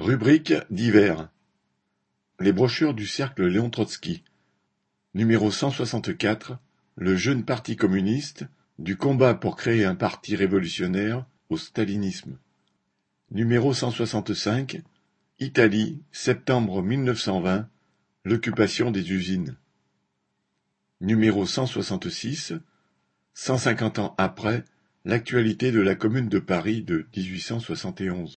Rubrique divers. Les brochures du Cercle Léon Trotsky. Numéro 164. Le jeune parti communiste, du combat pour créer un parti révolutionnaire au stalinisme. Numéro 165. Italie, septembre 1920. L'occupation des usines. Numéro 166. 150 ans après, l'actualité de la Commune de Paris de 1871.